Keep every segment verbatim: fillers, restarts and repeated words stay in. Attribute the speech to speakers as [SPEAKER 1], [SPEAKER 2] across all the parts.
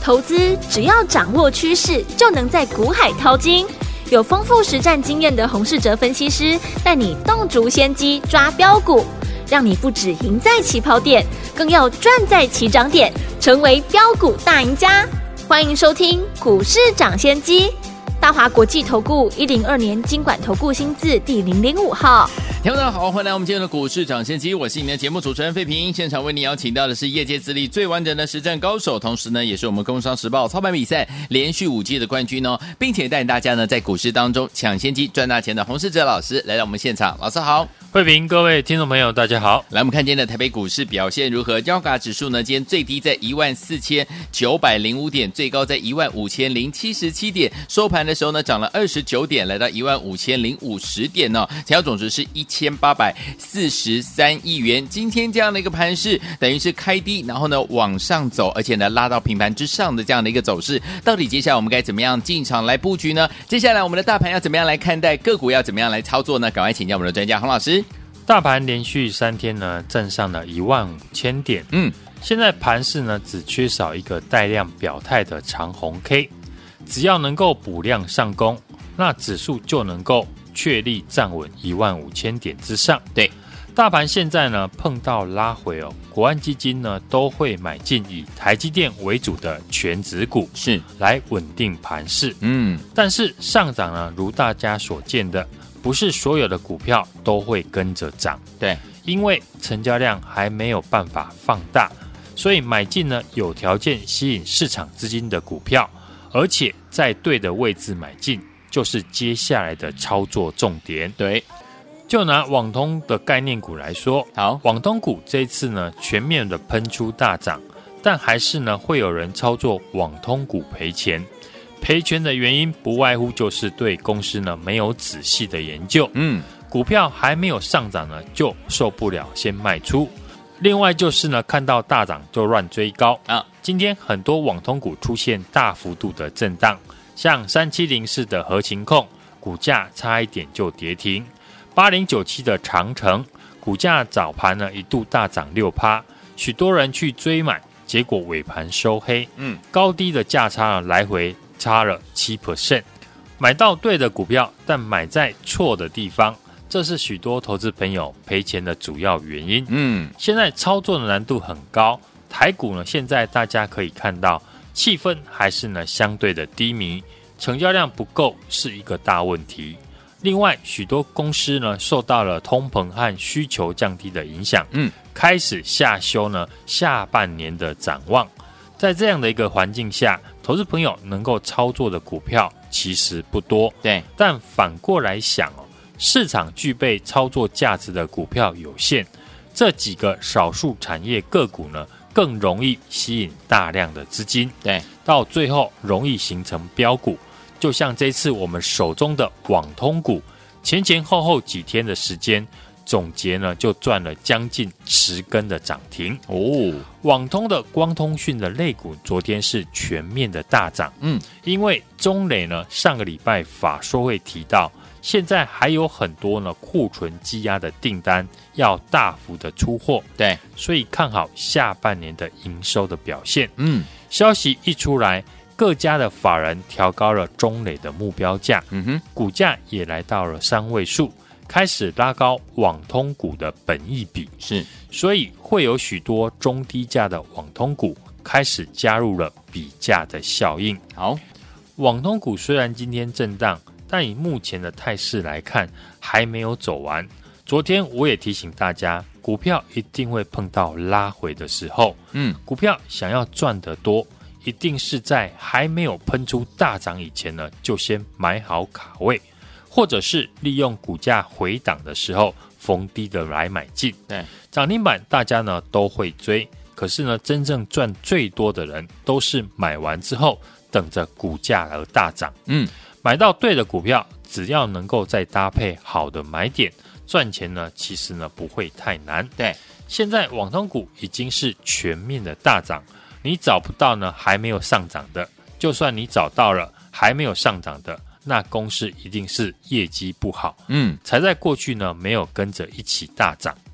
[SPEAKER 1] 投资只要掌握趋势，就能在股海淘金。有丰富实战经验的洪士哲分析师带你洞烛先机抓标股，让你不只赢在起跑点，更要赚在起涨点，成为标股大赢家。欢迎收听股市涨先机，大华国际投顾一零二年金管投顾新字第零零五号。
[SPEAKER 2] 听众大家好，欢迎来我们今天的股市涨先机，我是你的节目主持人费平。现场为你邀请到的是业界资历最完整的实战高手，同时呢也是我们工商时报操盘比赛连续五季的冠军哦，并且带领大家呢在股市当中抢先机赚大钱的洪士哲老师来到我们现场。老师好。
[SPEAKER 3] 慧平，各位听众朋友大家好。
[SPEAKER 2] 来我们看今天的台北股市表现如何？交卡指数呢今天最低在一万四千九百零五点，最高在一万五千零七十七点，收盘的时候呢涨了二十九点，来到一万五千零五十点哦，成交总值是一千八百四十三亿元。今天这样的一个盘势等于是开低然后呢往上走，而且呢拉到平盘之上的这样的一个走势，到底接下来我们该怎么样进场来布局呢？接下来我们的大盘要怎么样来看待，个股要怎么样来操作呢？赶快请教我们的专家洪老师。
[SPEAKER 3] 大盘连续三天呢站上了一万五千点，嗯，现在盘势呢只缺少一个带量表态的长红 K， 只要能够补量上攻，那指数就能够确立站稳一万五千点之上。
[SPEAKER 2] 对，
[SPEAKER 3] 大盘现在呢碰到拉回哦，国安基金呢都会买进以台积电为主的全指股，
[SPEAKER 2] 是
[SPEAKER 3] 来稳定盘势。
[SPEAKER 2] 嗯，
[SPEAKER 3] 但是上涨呢，如大家所见的，不是所有的股票都会跟着涨。
[SPEAKER 2] 对，
[SPEAKER 3] 因为成交量还没有办法放大，所以买进呢有条件吸引市场资金的股票，而且在对的位置买进，就是接下来的操作重点。
[SPEAKER 2] 对，
[SPEAKER 3] 就拿网通的概念股来说，
[SPEAKER 2] 好，
[SPEAKER 3] 网通股这一次呢全面的喷出大涨，但还是呢会有人操作网通股赔钱。赔钱的原因不外乎就是对公司呢没有仔细的研究，嗯，股票还没有上涨呢就受不了先卖出。另外就是呢看到大涨就乱追高啊。今天很多网通股出现大幅度的震荡，像三七零四的合勤控股价差一点就跌停，八零九七的长城股价早盘呢一度大涨 百分之六， 许多人去追买，结果尾盘收黑，嗯，高低的价差呢来回差了 百分之七， 买到对的股票，但买在错的地方，这是许多投资朋友赔钱的主要原因。嗯，现在操作的难度很高，台股呢现在大家可以看到气氛还是呢相对的低迷，成交量不够是一个大问题。另外许多公司呢受到了通膨和需求降低的影响，嗯，开始下修呢下半年的展望。在这样的一个环境下，投资朋友能够操作的股票其实不多，
[SPEAKER 2] 对。
[SPEAKER 3] 但反过来想哦，市场具备操作价值的股票有限，这几个少数产业个股呢，更容易吸引大量的资金，
[SPEAKER 2] 对。
[SPEAKER 3] 到最后容易形成标股，就像这次我们手中的网通股，前前后后几天的时间。总结呢，就赚了将近十根的涨停哦。网通的光通讯的类股，昨天是全面的大涨，嗯，因为中磊呢上个礼拜法说会提到，现在还有很多呢库存积压的订单要大幅的出货，
[SPEAKER 2] 对，
[SPEAKER 3] 所以看好下半年的营收的表现。嗯，消息一出来，各家的法人调高了中磊的目标价，嗯哼，股价也来到了三位数。开始拉高网通股的本益比，是，所以会有许多中低价的网通股开始加入了比价的效应。好，网通股虽然今天震荡，但以目前的态势来看，还没有走完。昨天我也提醒大家，股票一定会碰到拉回的时候，嗯，股票想要赚得多，一定是在还没有喷出大涨以前呢，就先买好卡位。或者是利用股价回档的时候逢低的来买进，对，涨停板大家呢都会追，可是呢真正赚最多的人都是买完之后等着股价而大涨，嗯，买到对的股票，只要能够再搭配好的买点，赚钱呢其实呢不会太难。对，现在网通股已经是全面的大涨，你找不到呢还没有上涨的，就算你找到了还没有上涨的，那公司一定是业绩不好，嗯，才在过去呢没有跟着一起大涨。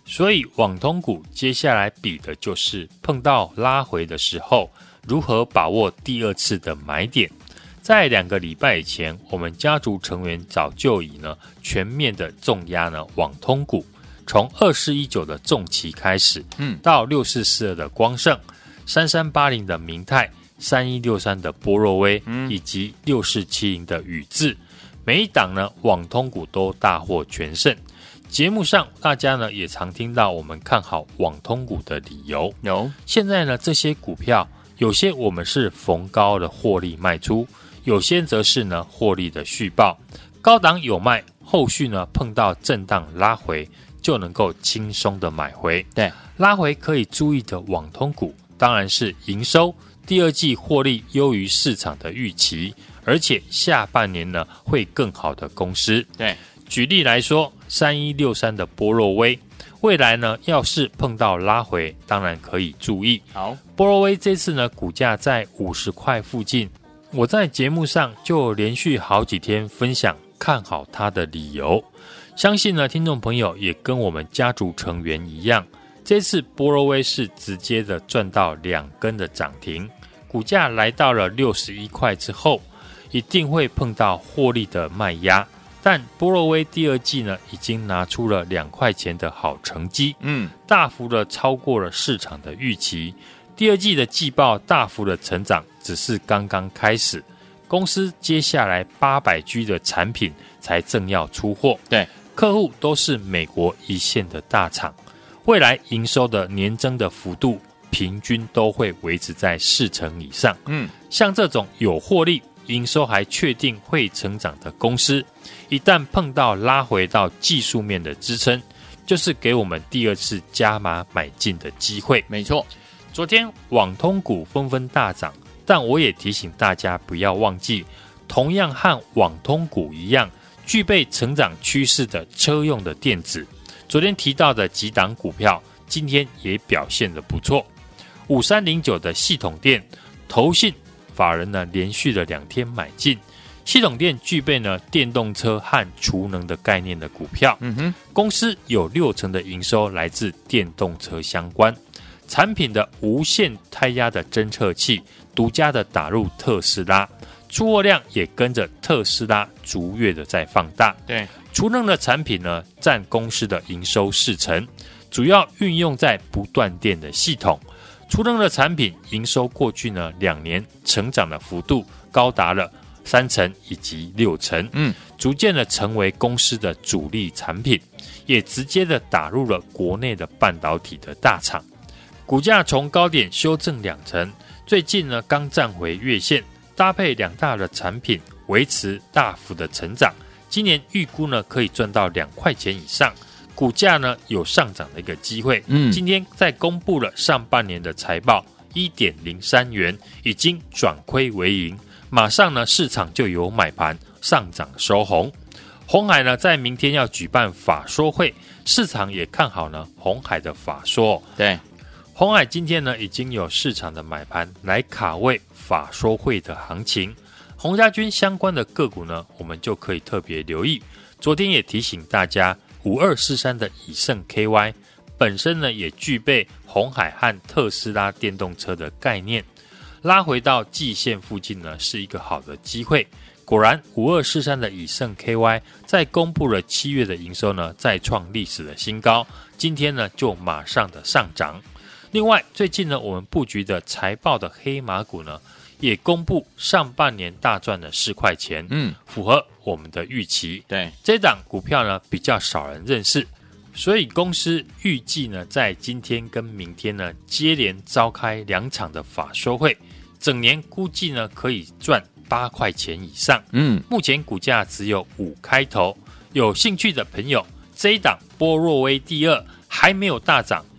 [SPEAKER 3] 所以网通股接下来比的就是碰到拉回的时候，如何把握第二次的买点。在两个礼拜以前，我们家族成员早就以呢全面的重压呢网通股，从二四一九的重骑开始，嗯，到六四四二的光盛，三三八零的明泰，三一六三的波若威，嗯，以及六四七零的宇智，每一档呢网通股都大获全胜。节目上大家呢也常听到我们看好网通股的理由，有现在呢这些股票有些我们是逢高的获利卖出，有些则是呢获利的续报，高档有卖，后续呢碰到震荡拉回就能够轻松的买回。对，拉回可以注意的网通股当然是营收第二季获利优于市场的预期，而且下半年呢会更好的公司。对，举例来说，三一六三的波若威，未来呢要是碰到拉回，当然可以注意。好，波若威这次呢股价在五十块附近，我在节目上就连续好几天分享看好它的理由，相信呢听众朋友也跟我们家族成员一样，这次波若威是直接的赚到两根的涨停，股价来到了六十一块之后，一定会碰到获利的卖压。但波若威第二季呢，已经拿出了两块钱的好成绩，嗯，大幅的超过了市场的预期。第二季的季报大幅的成长，只是刚刚开始。公司接下来八百 G 的产品才正要出货，对，客户都是美国一线的大厂，未来营收的年增的幅度平均都会维持在四成以上。嗯，像这种有获利，营收还确定会成长的公司，一旦碰到拉回到技术面的支撑，就是给我们第二次加码买进的机会。没错，昨天网通股纷纷大涨，但我也提醒大家不要忘记，同样和网通股一样具备成长趋势的车用的电子，昨天提到的几档股票今天也表现得不错。五三零九的系统电，投信法人呢连续的两天买进，系统电具备呢电动车和储能的概念的股票，嗯哼，公司有六成的营收来自电动车相关，产品的无线胎压的侦测器独家的打入特斯拉，出货量也跟着特斯拉逐月的在放大。对，储能的产品呢占公司的营收四成，主要运用在不断电的系统。储能的产品营收过去呢两年成长的幅度高达了三成以及六成，嗯，逐渐的成为公司的主力产品，也直接的打入了国内的半导体的大厂。股价从高点修正两成，最近呢刚站回月线，搭配两大的产品维持大幅的成长，今年预估呢可以赚到两块钱以上。股价呢有上涨的一个机会，嗯，今天在公布了上半年的财报 一点零三元，已经转亏为盈，马上呢市场就有买盘上涨收红。鸿海呢在明天要举办法说会，市场也看好呢鸿海的法说，对，鸿海今天呢已经有市场的买盘来卡位法说会的行情，鸿家军相关的个股呢我们就可以特别留意。昨天也提醒大家，五二四三的以盛 K Y 本身呢也具备鸿海和特斯拉电动车的概念，拉回到季线附近呢是一个好的机会。果然五二四三的以盛 K Y 在公布了七月的营收呢再创历史的新高，今天呢就马上的上涨。另外最近呢我们布局的财报的黑马股呢也公布上半年大赚了四块钱，嗯，符合我们的预期。对，这档股票呢比较少人认识，所以公司预计呢在今天跟明天呢接连召开两场的法说会，整年估计呢可以赚八块钱以上。嗯，目前股价只有五开头，有兴趣的朋友，这一档波若威第二还没有大涨，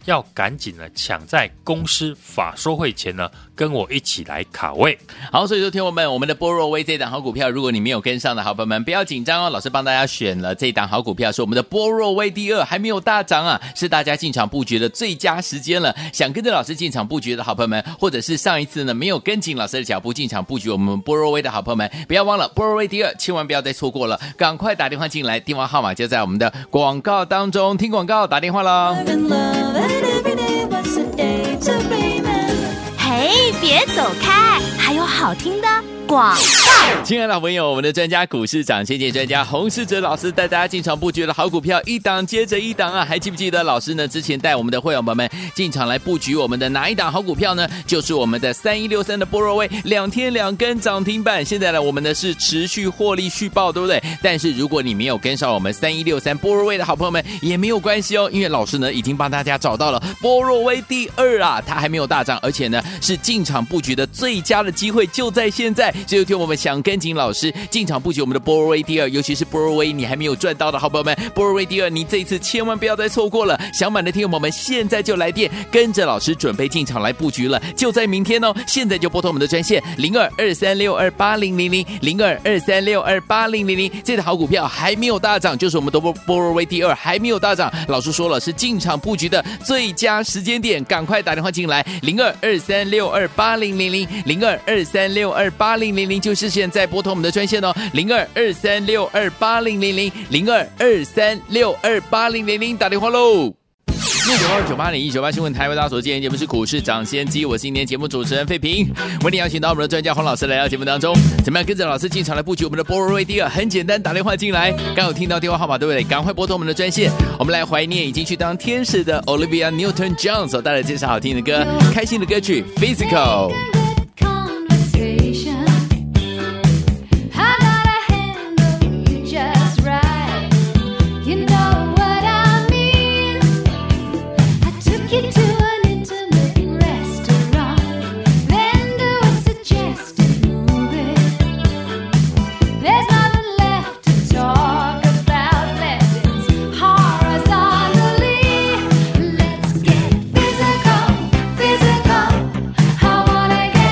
[SPEAKER 3] 要赶紧呢抢在公司法说会前呢，跟我一起来卡位。
[SPEAKER 2] 好，所以说听我们，我们的波若威这档好股票，如果你没有跟上的好朋友们，不要紧张哦。老师帮大家选了这档好股票，是我们的波若威第二，还没有大涨啊，是大家进场布局的最佳时间了。想跟着老师进场布局的好朋友们，或者是上一次呢没有跟紧老师的脚步进场布局我们波若威的好朋友们，不要忘了波若威第二，千万不要再错过了，赶快打电话进来，电话号码就在我们的广告当中，听广告打电话咯。
[SPEAKER 1] 嘿，别走开，还有好听的广告。
[SPEAKER 2] 亲爱的老朋友，我们的专家股市涨先见专家洪士哲老师带大家进场布局的好股票，一档接着一档啊！还记不记得老师呢之前带我们的会员朋友们进场来布局我们的哪一档好股票呢？就是我们的三一六三的波若威，两天两根涨停板。现在呢，我们呢是持续获利续报，对不对？但是如果你没有跟上我们三一六三波若威的好朋友们，也没有关系哦，因为老师呢已经帮大家找到了波若威第二啊，它还没有大涨，而且呢是进场布局的最佳的机会就在现在。所以，听我们想跟紧老师进场布局我们的波若威第二，尤其是波若威你还没有赚到的好朋友们，波若威第二你这一次千万不要再错过了。想买的听友们现在就来电，跟着老师准备进场来布局了，就在明天哦！现在就拨通我们的专线零二二三六二八零零零零二二三六二八零零零，这档好股票还没有大涨，就是我们的波波若威第二还没有大涨，老师说了是进场布局的最佳时间点，赶快打电话进来零二二三六二八零零零零二二三六二八零零零，就是现在拨通我们的专线哦，零二二三六二八零零零零二二三六二八零零零，打电话喽。六九二九八零一九八新闻台为大家所见节目是股市涨先机，我是今天节目主持人费平，为你邀请到我们的专家黄老师来到节目当中，怎么样跟着老师进场来布局我们的波若威第二？很简单，打电话进来，刚有听到电话号码对不对？赶快拨通我们的专线，我们来怀念已经去当天使的 Olivia Newton-John 所带来介绍好听的歌，开心的歌曲 Physical。
[SPEAKER 4] Physical, I wanna get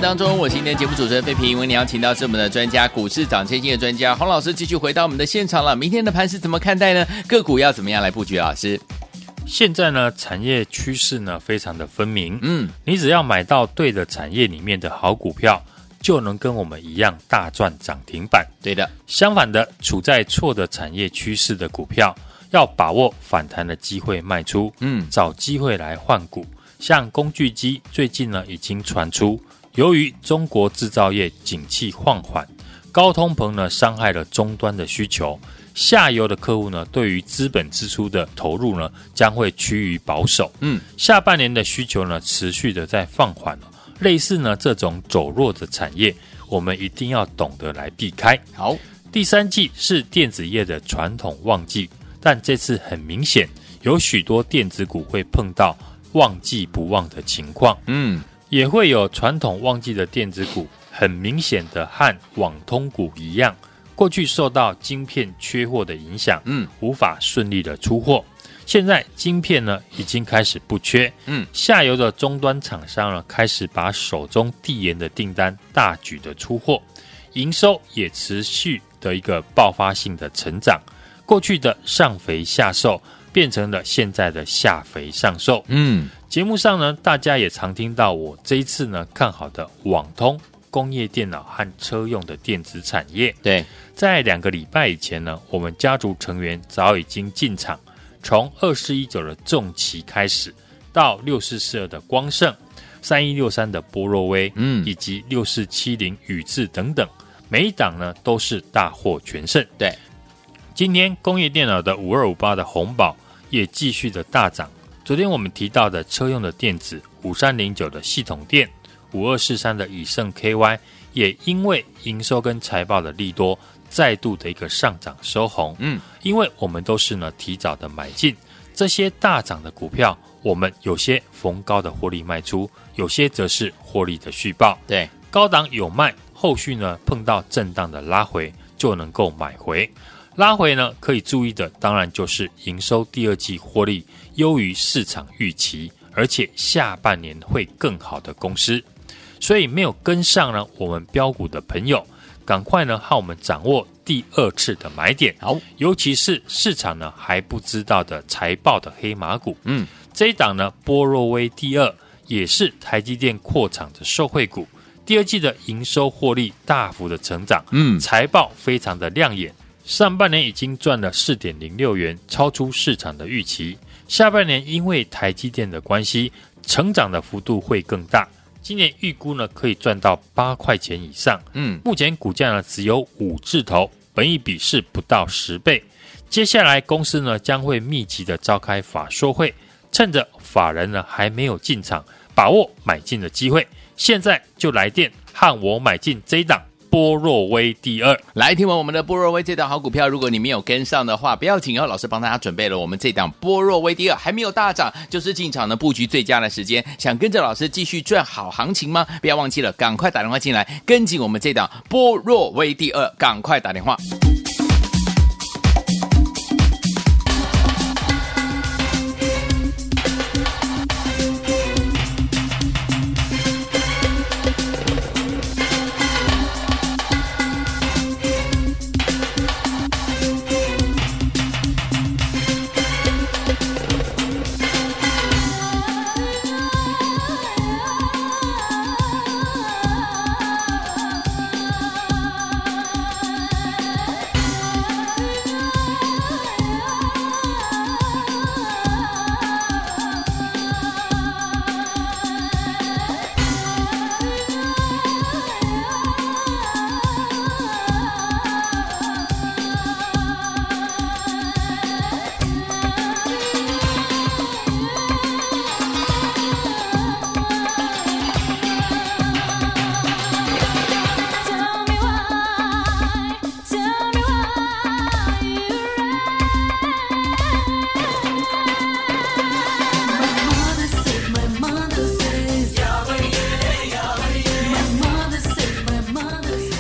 [SPEAKER 2] 当中，我是今天节目主持人费平，为您邀请到是我们的专家，股市涨千金的专家洪老师，继续回到我们的现场了。明天的盘是怎么看待呢？个股要怎么样来布局？老师，
[SPEAKER 3] 现在呢，产业趋势呢非常的分明。
[SPEAKER 2] 嗯，
[SPEAKER 3] 你只要买到对的产业里面的好股票，就能跟我们一样大赚涨停板。
[SPEAKER 2] 对的。
[SPEAKER 3] 相反的，处在错的产业趋势的股票，要把握反弹的机会卖出，
[SPEAKER 2] 嗯，
[SPEAKER 3] 找机会来换股。像工具机最近呢已经传出，由于中国制造业景气放缓，高通膨呢伤害了终端的需求，下游的客户呢对于资本支出的投入呢将会趋于保守。
[SPEAKER 2] 嗯，
[SPEAKER 3] 下半年的需求呢持续的在放缓了，类似呢这种走弱的产业，我们一定要懂得来避开。
[SPEAKER 2] 好，
[SPEAKER 3] 第三季是电子业的传统旺季，但这次很明显，有许多电子股会碰到旺季不旺的情况。
[SPEAKER 2] 嗯，
[SPEAKER 3] 也会有传统旺季的电子股，很明显的和网通股一样，过去受到晶片缺货的影响，
[SPEAKER 2] 嗯，
[SPEAKER 3] 无法顺利的出货。现在晶片呢已经开始不缺，
[SPEAKER 2] 嗯，
[SPEAKER 3] 下游的终端厂商呢开始把手中递延的订单大举的出货，营收也持续的一个爆发性的成长。过去的上肥下瘦变成了现在的下肥上瘦。
[SPEAKER 2] 嗯，
[SPEAKER 3] 节目上呢，大家也常听到我这一次呢看好的网通、工业电脑和车用的电子产业。
[SPEAKER 2] 对，
[SPEAKER 3] 在两个礼拜以前呢，我们家族成员早已经进场，从二四一九的重骑开始，到六四四二的光盛、三一六三的波若威，
[SPEAKER 2] 嗯，
[SPEAKER 3] 以及六四七零宇智等等，每一档呢都是大获全胜。
[SPEAKER 2] 对。
[SPEAKER 3] 今天工业电脑的五二五八的鸿宝也继续的大涨。昨天我们提到的车用的电子五三零九的系统电、五二四三的以盛 K Y 也因为营收跟财报的利多，再度的一个上涨收红。
[SPEAKER 2] 嗯，
[SPEAKER 3] 因为我们都是呢提早的买进这些大涨的股票，我们有些逢高的获利卖出，有些则是获利的续报。
[SPEAKER 2] 对，
[SPEAKER 3] 高档有卖，后续呢碰到震荡的拉回就能够买回。拉回呢，可以注意的当然就是营收第二季获利优于市场预期，而且下半年会更好的公司。所以没有跟上呢我们标股的朋友，赶快呢和我们掌握第二次的买点。
[SPEAKER 2] 好，
[SPEAKER 3] 尤其是市场呢还不知道的财报的黑马股。
[SPEAKER 2] 嗯，
[SPEAKER 3] 这一档呢波若威第二也是台积电扩厂的受惠股，第二季的营收获利大幅的成长，
[SPEAKER 2] 嗯，
[SPEAKER 3] 财报非常的亮眼。上半年已经赚了 四点零六元，超出市场的预期。下半年因为台积电的关系，成长的幅度会更大。今年预估呢可以赚到八块钱以上。
[SPEAKER 2] 嗯，
[SPEAKER 3] 目前股价呢只有五字头，本益比是不到十倍。接下来公司呢将会密集的召开法说会，趁着法人呢还没有进场，把握买进的机会。现在就来电和我买进这一档波若威第二。
[SPEAKER 2] 来听完我们的波若威这档好股票，如果你没有跟上的话，不要紧哦，老师帮大家准备了我们这档波若威第二，还没有大涨，就是进场的布局最佳的时间。想跟着老师继续赚好行情吗？不要忘记了，赶快打电话进来，跟紧我们这档波若威第二，赶快打电话。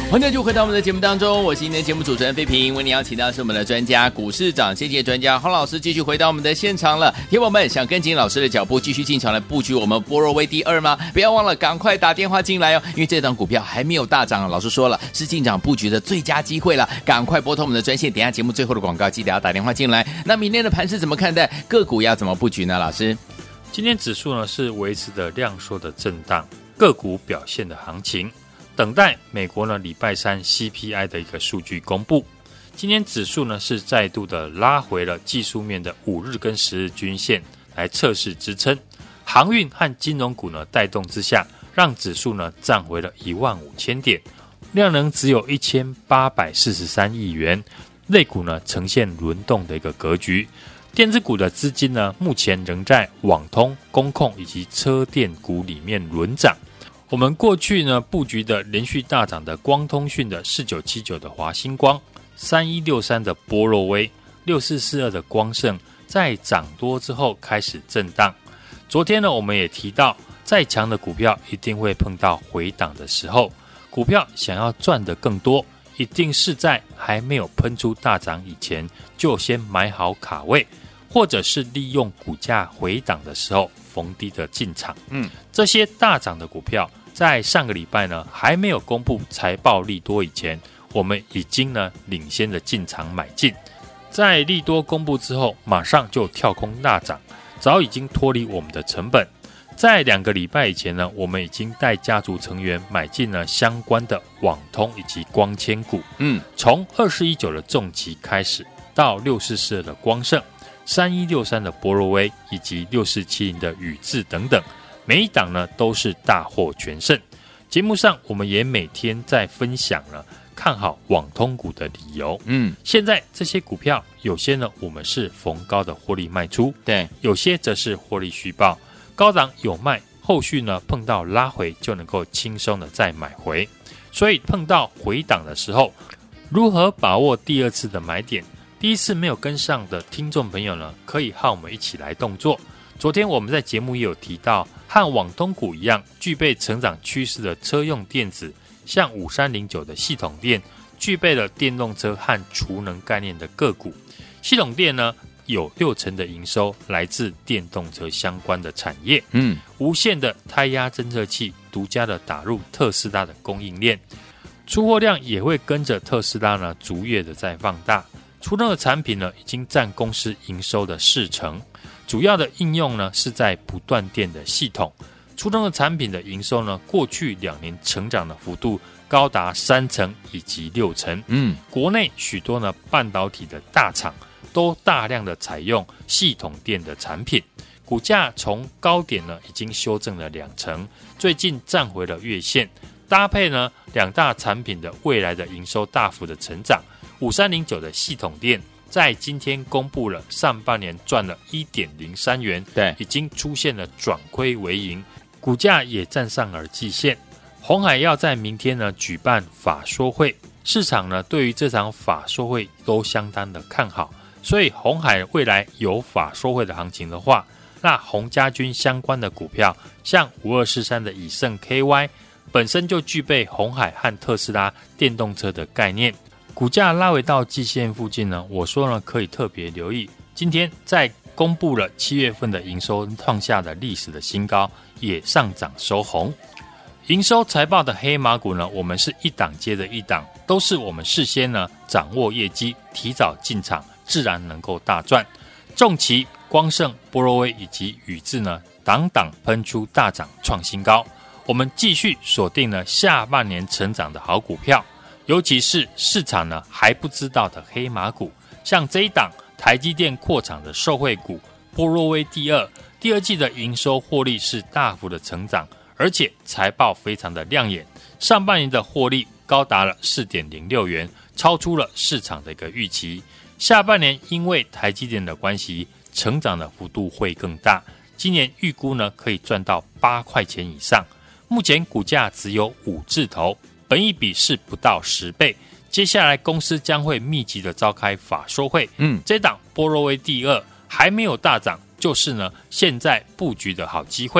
[SPEAKER 2] 欢迎继续回到我们的节目当中，我是今天的节目主持人费平，为您邀请到是我们的专家股市长谢谢专家洪老师，继续回到我们的现场了。听众们想跟紧老师的脚步，继续进场来布局我们波若威第二吗？不要忘了赶快打电话进来哦，因为这档股票还没有大涨，老师说了是进场布局的最佳机会了，赶快拨通我们的专线，等一下节目最后的广告记得要打电话进来。那明天的盘势怎么看待？个股要怎么布局呢？老师，
[SPEAKER 3] 今天指数呢是维持的量缩的震荡，个股表现的行情。等待美国呢礼拜三 C P I 的一个数据公布，今天指数呢是再度的拉回了技术面的五日跟十日均线来测试支撑，航运和金融股呢带动之下，让指数呢站回了一万五千点，量能只有一千八百四十三亿元，类股呢呈现轮动的一个格局，电子股的资金呢目前仍在网通、工控以及车电股里面轮涨。我们过去呢布局的连续大涨的光通讯的四九七九的华星光、三一六三的波若威、六四四二的光盛，在涨多之后开始震荡。昨天呢我们也提到，再强的股票一定会碰到回档的时候，股票想要赚得更多，一定是在还没有喷出大涨以前就先买好卡位，或者是利用股价回档的时候逢低的进场。嗯，这些大涨的股票在上个礼拜呢还没有公布财报利多以前，我们已经呢领先的进场买进，在利多公布之后马上就跳空大涨，早已经脱离我们的成本。在两个礼拜以前呢，我们已经带家族成员买进了相关的网通以及光纤股。嗯，从二四一九的重疾开始，到六四四二的光盛、三一六三的波若威以及六四七零的宇智等等，每一档呢都是大获全胜。节目上我们也每天在分享了看好网通股的理由。嗯，现在这些股票有些呢我们是逢高的获利卖出，对，有些则是获利续报，高档有卖，后续呢碰到拉回就能够轻松的再买回。所以碰到回档的时候，如何把握第二次的买点？第一次没有跟上的听众朋友呢，可以和我们一起来动作。昨天我们在节目也有提到，和网通股一样具备成长趋势的车用电子，像五三零九的系统电，具备了电动车和储能概念的个股。系统电呢有六成的营收来自电动车相关的产业。嗯，无线的胎压侦测器独家的打入特斯拉的供应链，出货量也会跟着特斯拉呢逐月的在放大。储能的产品呢已经占公司营收的四成，主要的应用呢是在不断电的系统。储能的产品的营收呢，过去两年成长的幅度高达三成以及六成。嗯，国内许多呢半导体的大厂都大量的采用系统电的产品，股价从高点呢已经修正了两成，最近站回了月线。搭配呢两大产品的未来的营收大幅的成长，五三零九的系统电在今天公布了上半年赚了 一点零三元，对，已经出现了转亏为盈，股价也站上了季线。鸿海要在明天呢举办法说会，市场呢对于这场法说会都相当的看好，所以鸿海未来有法说会的行情的话，那鸿家军相关的股票，像五二四三的以盛 K Y， 本身就具备鸿海和特斯拉电动车的概念，股价拉回到季线附近呢，我说呢可以特别留意。今天在公布了七月份的营收创下的历史的新高，也上涨收红。营收财报的黑马股呢，我们是一档接着一档，都是我们事先呢掌握业绩，提早进场，自然能够大赚。重骑、光盛、波若威以及宇智呢，档档喷出大涨创新高。我们继续锁定了下半年成长的好股票，尤其是市场呢还不知道的黑马股，像这一档台积电扩厂的受惠股波若威第二，第二季的营收获利是大幅的成长，而且财报非常的亮眼，上半年的获利高达了 四点零六元，超出了市场的一个预期。下半年因为台积电的关系，成长的幅度会更大，今年预估呢可以赚到八块钱以上。目前股价只有五字头，本益比是不到十倍。接下来公司将会密集的召开法说会，嗯，这档波若威第二还没有大涨，就是呢现在布局的好机会。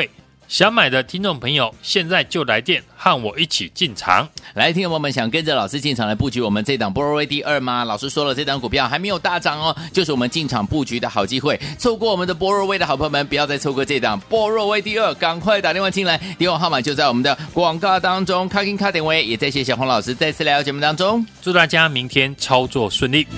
[SPEAKER 3] 想买的听众朋友，现在就来电和我一起进场。
[SPEAKER 2] 来，听众朋友们想跟着老师进场来布局我们这档波若威第二吗？老师说了，这档股票还没有大涨哦，就是我们进场布局的好机会。错过我们的波若威的好朋友们，不要再错过这档波若威第二，赶快打电话进来，电话号码就在我们的广告当中。卡金卡点位，也再谢谢洪老师再次来到节目当中，
[SPEAKER 3] 祝大家明天操作顺利。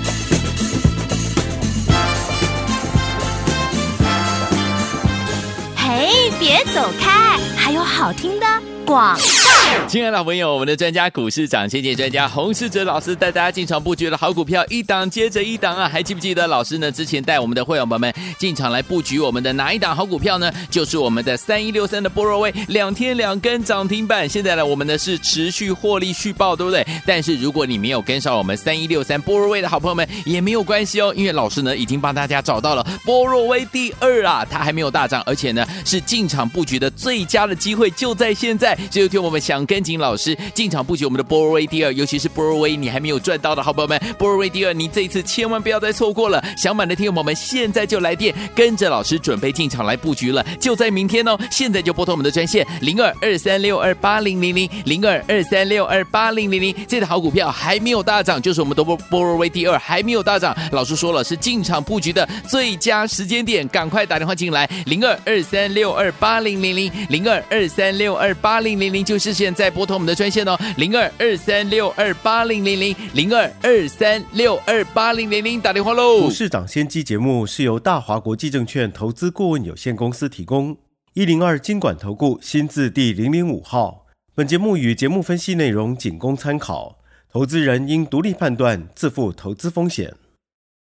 [SPEAKER 1] 嘿，别走开，还有好听的广告。
[SPEAKER 2] 亲爱的老朋友，我们的专家股市长先见专家洪士哲老师带大家进场布局的好股票，一档接着一档啊！还记不记得老师呢？之前带我们的会员朋友们进场来布局我们的哪一档好股票呢？就是我们的三一六三的波若威，两天两根涨停板。现在呢，我们呢是持续获利续报，对不对？但是如果你没有跟上我们三一六三波若威的好朋友们，也没有关系哦，因为老师呢已经帮大家找到了波若威第二啊，它还没有大涨，而且呢是进场布局的最佳的机会就在现在。所以听我们想跟紧老师进场布局我们的波若威第二，尤其是波若威你还没有赚到的好朋友们，波若威第二你这一次千万不要再错过了。想买的听友们现在就来电，跟着老师准备进场来布局了，就在明天哦！现在就拨通我们的专线零二二三六二八零零零零二二三六二八零零零，这档好股票还没有大涨，就是我们的波波若威第二还没有大涨。老师说了，是进场布局的最佳时间点，赶快打电话进来零二二三六二八零零零零二二三六二八零零零，就是现在拨通我们的专线哦，零二二三六二八零零零零二二三六二八零零零，打电话喽！
[SPEAKER 4] 股市涨先机节目是由大华国际证券投资顾问有限公司提供，一零二金管投顾新字第零零五号。本节目与节目分析内容仅供参考，投资人应独立判断，自负投资风险。